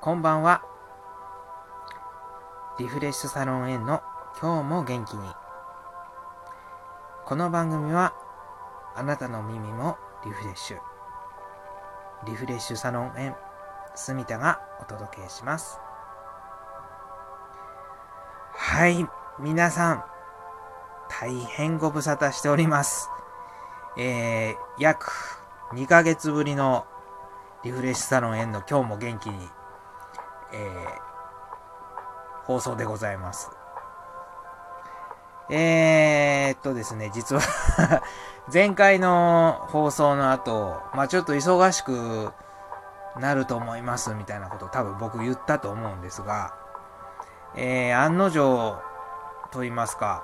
こんばんは。リフレッシュサロンNの今日も元気に。この番組はあなたの耳もリフレッシュサロンN住田がお届けします。はい、皆さん大変ご無沙汰しております。約2ヶ月ぶりのリフレッシュサロンNの今日も元気に、放送でございます。ですね、実は前回の放送の後、ちょっと忙しくなると思いますみたいなことを多分僕言ったと思うんですが、案の定と言いますか、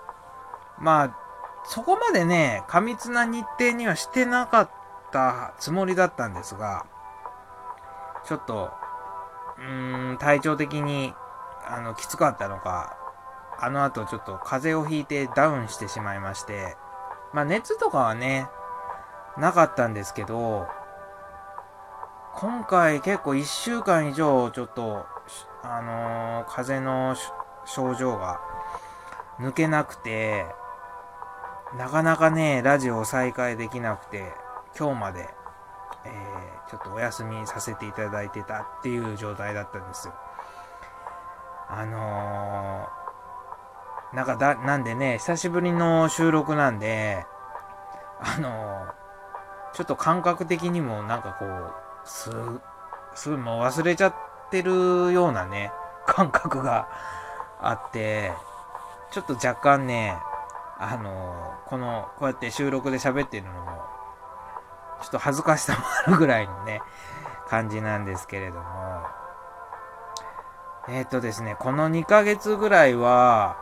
そこまでね、過密な日程にはしてなかったつもりだったんですが、ちょっと、体調的にきつかったのか、あの後ちょっと風邪をひいてダウンしてしまいまして、熱とかはね、なかったんですけど、今回結構1週間以上ちょっと、風邪の症状が抜けなくて、なかなかね、ラジオを再開できなくて、今日まで、ちょっとお休みさせていただいてたっていう状態だったんですよ。なんでね、久しぶりの収録なんで、ちょっと感覚的にもすぐもう忘れちゃってるようなね、感覚があって、ちょっと若干ね、こうやって収録で喋ってるのも、ちょっと恥ずかしさもあるぐらいのね、感じなんですけれども、ですね、この2ヶ月ぐらいは、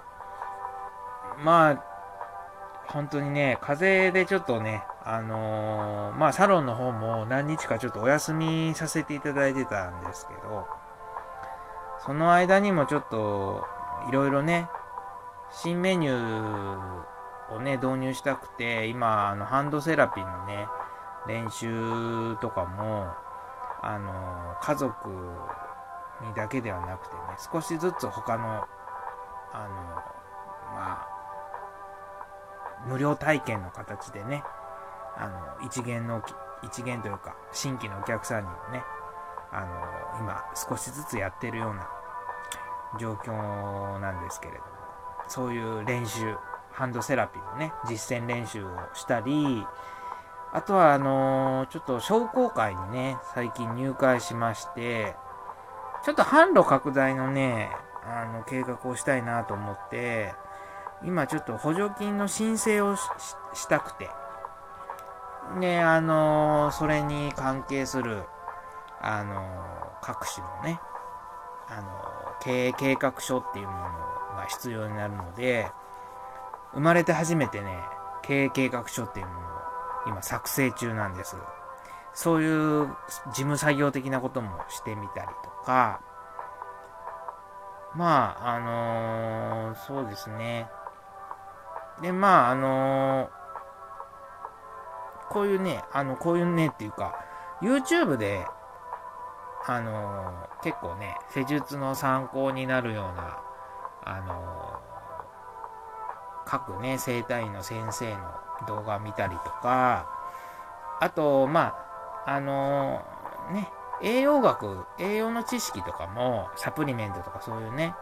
本当にね、風邪でちょっとね、サロンの方も何日かちょっとお休みさせていただいてたんですけど、その間にもちょっと、いろいろね、新メニューをね、導入したくて、今、ハンドセラピーのね、練習とかも、家族にだけではなくてね、少しずつ他の、無料体験の形でね、一元というか、新規のお客さんにもね、今少しずつやってるような状況なんですけれども、そういう練習、ハンドセラピーのね、実践練習をしたり、あとはちょっと商工会にね、最近入会しまして、ちょっと販路拡大のね、計画をしたいなと思って、今ちょっと補助金の申請をしたくて、で、それに関係する、各種のね、経営計画書っていうものが必要になるので、生まれて初めてね、経営計画書っていうものを今作成中なんです。そういう事務作業的なこともしてみたりとか、そうですね。で、こういうねっていうか、YouTube で、結構ね、施術の参考になるような、各ね、整体院の先生の動画を見たりとか、あと、栄養の知識とかも、サプリメントとかそういうね、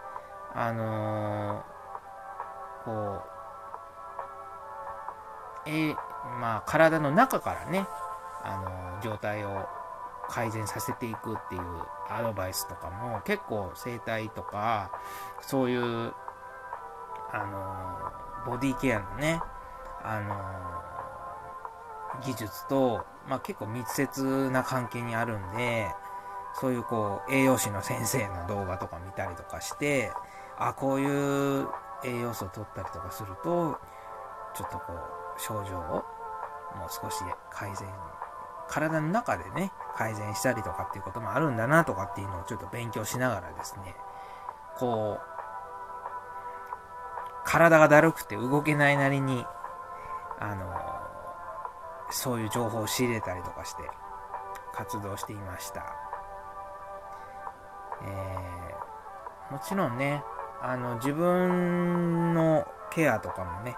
こう、体の中からね、状態を改善させていくっていうアドバイスとかも結構整体とかそういうボディケアのね技術と、結構密接な関係にあるんで、そういう栄養士の先生の動画とか見たりとかして、こういう栄養素を取ったりとかするとちょっと症状をもう少し改善、体の中でね改善したりとかっていうこともあるんだなとかっていうのをちょっと勉強しながらですね、体がだるくて動けないなりにそういう情報を仕入れたりとかして活動していました。 もちろんね、自分のケアとかもね、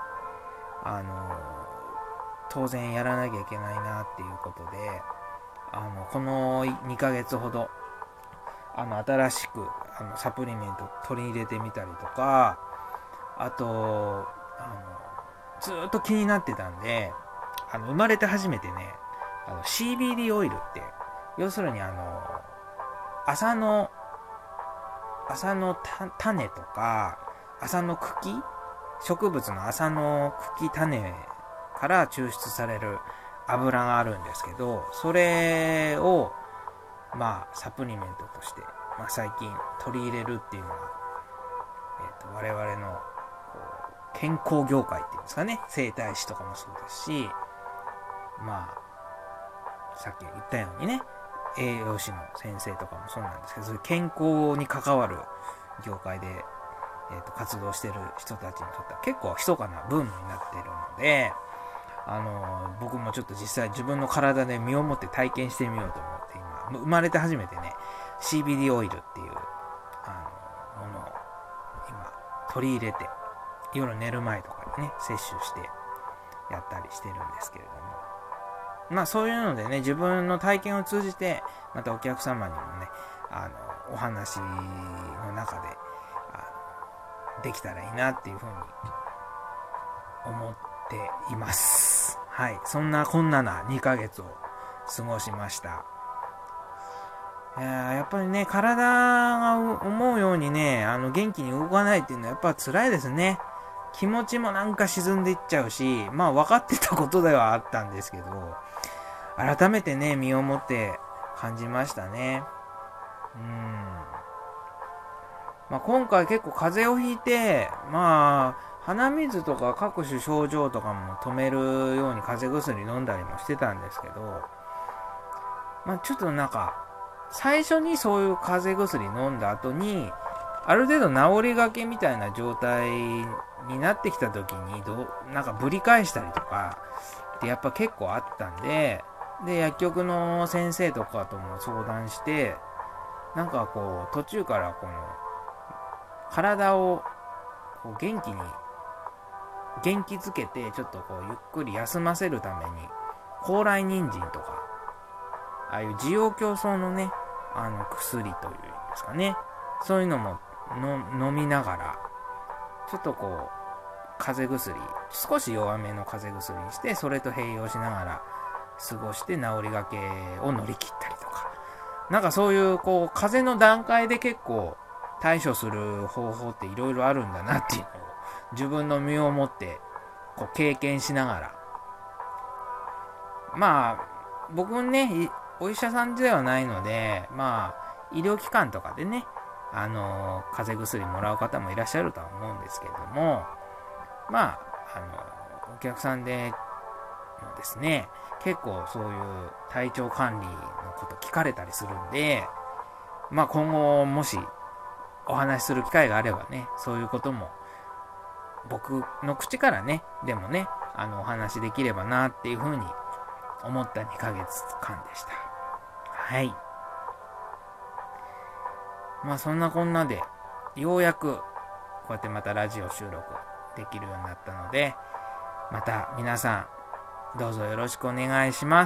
当然やらなきゃいけないなっていうことで、この2ヶ月ほど、新しくサプリメント取り入れてみたりとか、あとずっと気になってたんで、生まれて初めてね、CBD オイルって、要するに麻の種とか、麻の茎、植物の麻の茎種から抽出される油があるんですけど、それをサプリメントとして、最近取り入れるっていうのは、我々の健康業界っていうんですかね、整体師とかもそうですし、さっき言ったようにね、栄養士の先生とかもそうなんですけど、そういう健康に関わる業界で、活動してる人たちにとっては結構密かなブームになっているので、僕もちょっと実際自分の体で身をもって体験してみようと思って、今生まれて初めてね CBD オイルっていうものを今取り入れて、夜寝る前とかにね摂取してやったりしてるんですけれども、そういうのでね、自分の体験を通じてまたお客様にもねお話の中でできたらいいなっていうふうに思っています。はい、そんなこんなな2ヶ月を過ごしました。やっぱりね、体が思うようにね、元気に動かないっていうのはやっぱ辛いですね。気持ちもなんか沈んでいっちゃうし、分かってたことではあったんですけど、改めてね、身をもって感じましたね。今回結構風邪をひいて、鼻水とか各種症状とかも止めるように風邪薬飲んだりもしてたんですけど、ちょっとなんか、最初にそういう風邪薬飲んだ後に、ある程度治りがけみたいな状態になってきた時に、なんかぶり返したりとかってやっぱ結構あったんで、薬局の先生とかとも相談して、なんか途中から体を元気づけて、ちょっとゆっくり休ませるために、高麗人参とか、ああいう滋養強壮のね、薬というんですかね、そういうのも飲みながら、ちょっと風邪薬、少し弱めの風邪薬にして、それと併用しながら過ごして治りがけを乗り切ったりとか、なんかそういう風邪の段階で結構対処する方法っていろいろあるんだなっていうのを自分の身をもって経験しながら、僕ね、お医者さんではないので、医療機関とかでね、風邪薬もらう方もいらっしゃるとは思うんですけれども、お客さんでもですね、結構そういう体調管理のこと聞かれたりするんで、今後もしお話しする機会があればね、そういうことも僕の口からね、でもね、お話できればなっていうふうに思った2ヶ月間でした。はい。そんなこんなで、ようやくこうやってまたラジオ収録できるようになったので、また皆さんどうぞよろしくお願いします。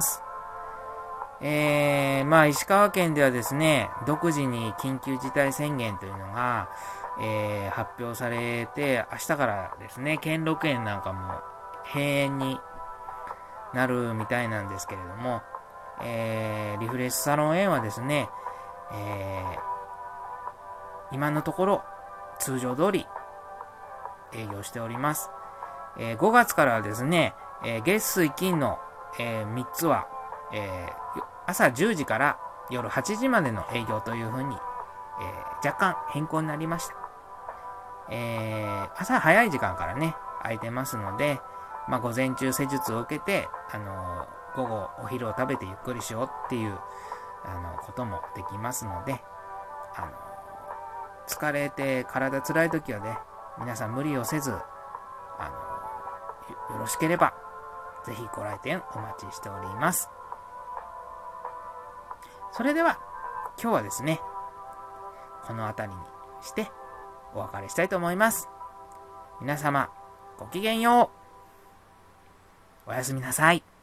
石川県ではですね、独自に緊急事態宣言というのが、発表されて、明日からですね、兼六園なんかも閉園になるみたいなんですけれども、リフレッシュサロン園はですね、今のところ通常通り営業しております。5月からはですね、月水金の、3つは、朝10時から夜8時までの営業というふうに、若干変更になりました。朝早い時間からね空いてますので、午前中施術を受けて、午後お昼を食べてゆっくりしようっていうこともできますので、疲れて体辛い時はね、皆さん無理をせず、よろしければぜひご来店お待ちしております。それでは今日はですね、 この辺りにしてお別れしたいと思います。皆様、ごきげんよう。おやすみなさい。